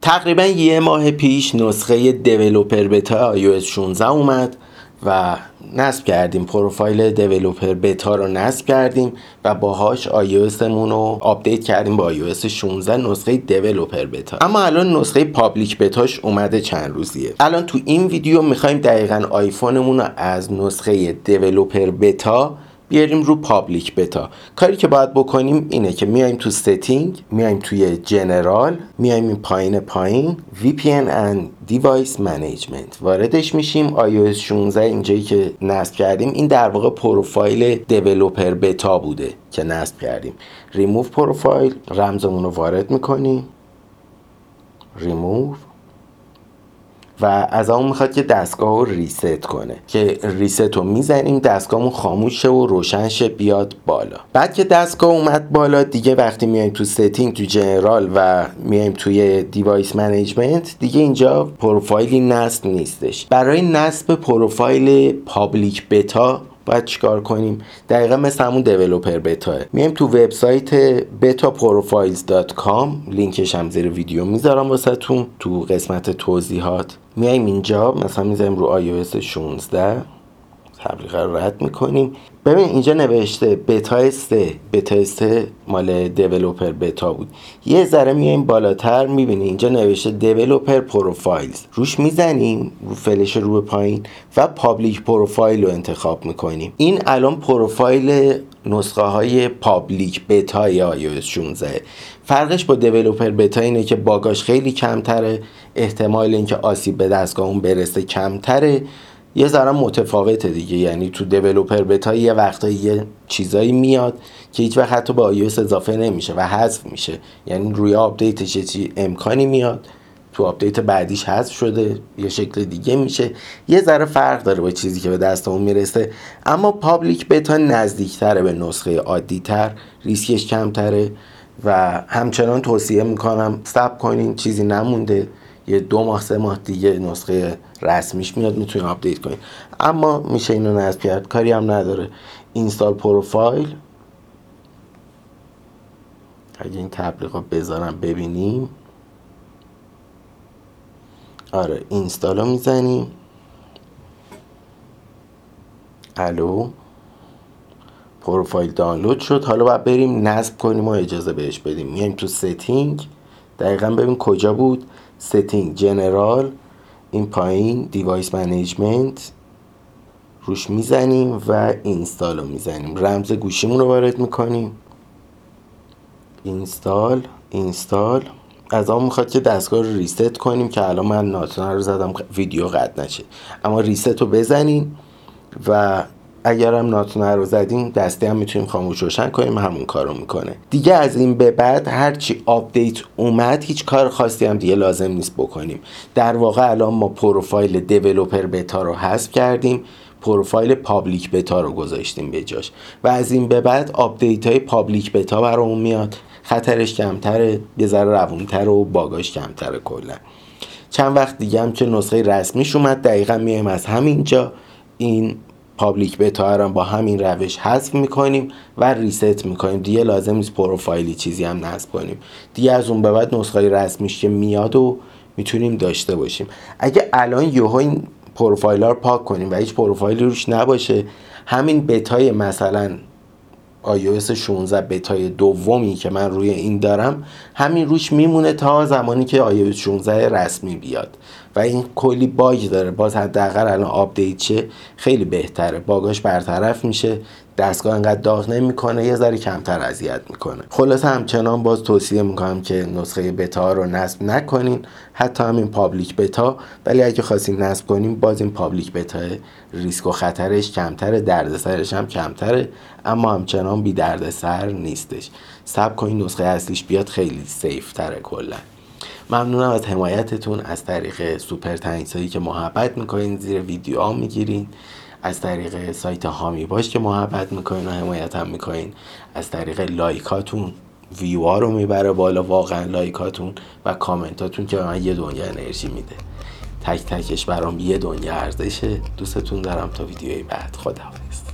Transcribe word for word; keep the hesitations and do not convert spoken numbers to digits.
تقریبا یه ماه پیش نسخه دیولوپر بتا آی او اس شانزده اومد و نصب کردیم، پروفایل دیولوپر بتا رو نصب کردیم و باهاش آی او اس مون رو آپدیت کردیم با آی او اس شانزده نسخه دیولوپر بتا. اما الان نسخه پابلیک بتاش اومده چند روزیه. الان تو این ویدیو میخوایم دقیقاً آیفونمون رو از نسخه دیولوپر بتا بیاریم رو پابلیک بتا. کاری که باید بکنیم اینه که میایم تو ستینگ، میایم توی جنرال، میایم این پایین پایین وی پی ان and Device Management واردش میشیم. آی او اس شانزده اینجایی که نصب کردیم این در واقع پروفایل دیولوپر بتا بوده که نصب کردیم. ریموو پروفایل، رمزمون رو وارد میکنیم، ریموو، و از اون میخواد که دستگاه رو ریست کنه که ریست رو میزنیم، دستگاهمون خاموش شه و روشن شه بیاد بالا. بعد که دستگاه اومد بالا دیگه وقتی میایم تو ستینگ تو جنرال و میایم توی دیوایس منیجمنت دیگه اینجا پروفایلی نصب نیستش. برای نصب پروفایل پابلیک بتا باید چیکار کنیم؟ دقیقا مثل همون دیولوپر بتاه. میایم تو وبسایت بتا پروفایلز دات کام، لینکش هم زیر ویدیو میذارم واسهتون تو قسمت توضیحات. میایم اینجا مثلا میذاریم رو آی او اس شانزده، تبلیغ رو رد میکنیم. ببین اینجا نوشته بتا سه، بتا سه مال دیولوپر بتا بود. یه ذره میایم بالاتر میبینی اینجا نوشته دیولوپر پروفایلز، روش میزنیم، رو فلش رو به پایین و پابلیک پروفایل رو انتخاب میکنیم. این الان پروفایل نسخه های پابلیک بتا یا آی او اس شانزده. فرقش با دیولوپر بتا اینه که باگاش خیلی کمتره، احتمال اینکه آسیب به دستگاه اون برسه کمتره، یه ذره متفاوته دیگه. یعنی تو دیولوپر بتا یه وقتایی یه چیزایی میاد که هیچ وقت حتی با آی او اس اضافه نمیشه و حذف میشه، یعنی روی آپدیتش یه چی امکانی میاد تو آپدیت بعدیش حذف شده یه شکل دیگه میشه. یه ذره فرق داره با چیزی که به دستمون میرسه. اما پابلیک بتا نزدیکتره به نسخه عادی تر، ریسکش کمتره و همچنان توصیه میکنم صبر کنین، چیزی نمونده، یه دو ماه سه ماه دیگه نسخه رسمیش میاد میتونین آپدیت کنین. اما میشه اینو نصب کرد، کاری هم نداره. اینستال پروفایل، اگه این تبلیغات بذارم ببینیم، آره اینستالو میزنیم. الو، پروفایل دانلود شد. حالا باید بریم نصب کنیم و اجازه بهش بدیم. میایم تو ستینگ، دقیقا ببین کجا بود، ستینگ جنرال، این پایین دیوایس منیجمنت، روش میزنیم و اینستالو میزنیم. رمز گوشیمون رو وارد میکنیم، اینستال، اینستال. از آن میخواد که دستگاه رو ریست کنیم که الان من ناتونه رو زدم ویدیو قطع نشه، اما ریست رو بزنیم و اگر هم ناتونه رو زدیم دسته هم میتونیم خاموش روشن کنیم، همون کار رو میکنه دیگه. از این به بعد هرچی آپدیت اومد هیچ کار خاصی هم دیگه لازم نیست بکنیم. در واقع الان ما پروفایل دیولوپر بتا رو حذف کردیم، پروفایل پابلیک بتا رو گذاشتیم به جاش و از این به بعد آپدیت های پابلیک بتا برامون میاد، خطرش کمتره، یه ذره روونتره و باگاش کمتره. کلا چند وقت دیگه هم که نسخه رسمیش اومد دقیقا میایم از همینجا این پابلیک بتا رو با همین روش حذف میکنیم و ریست میکنیم. دیگه لازم نیست پروفایلی چیزی هم نصب کنیم دیگه. از اون به بعد نسخه رسمیش که میاد و میتونیم داشته باشیم. اگه الان یهو این پروفایل ها رو پاک کنیم و هیچ پروفایلی روش نباشه، همین بتای مثلا آی او اس شانزده بتای دومی که من روی این دارم همین روش میمونه تا زمانی که آی او اس شانزده رسمی بیاد و این کلی باگ داره. باز حداقل الان آپدیت شه خیلی بهتره، باگاش برطرف میشه، دستگاه انقدر داغ نمیکنه، یه ذره کمتر اذیت میکنه. خلاصه همچنان باز توصیه میکنم که نسخه بتا رو نصب نکنین، حتی همین پابلیک بتا. ولی اگه خواستین نصب کنین باز این پابلیک بتا ریسک و خطرش کمتره، دردسرش هم کمتره، اما همچنان بی دردسر نیستش. صبر کنین نسخه اصلیش بیاد، خیلی سیف تره کلا. ممنونم از حمایتتون از طریق سوپر تنکس هایی که محبت میکنین، زیر ویدیو ها میگیرین، از طریق سایت هامی باش که محبت میکنین و حمایت هم میکنین، از طریق لایکاتون ویو ها رو میبره بالا، واقعا لایکاتون و کامنتاتون که من یه دنیا انرژی میده. تک تکش برام یه دنیا ارزشه. دوستتون دارم، تا ویدیوی بعد، خداحافظ.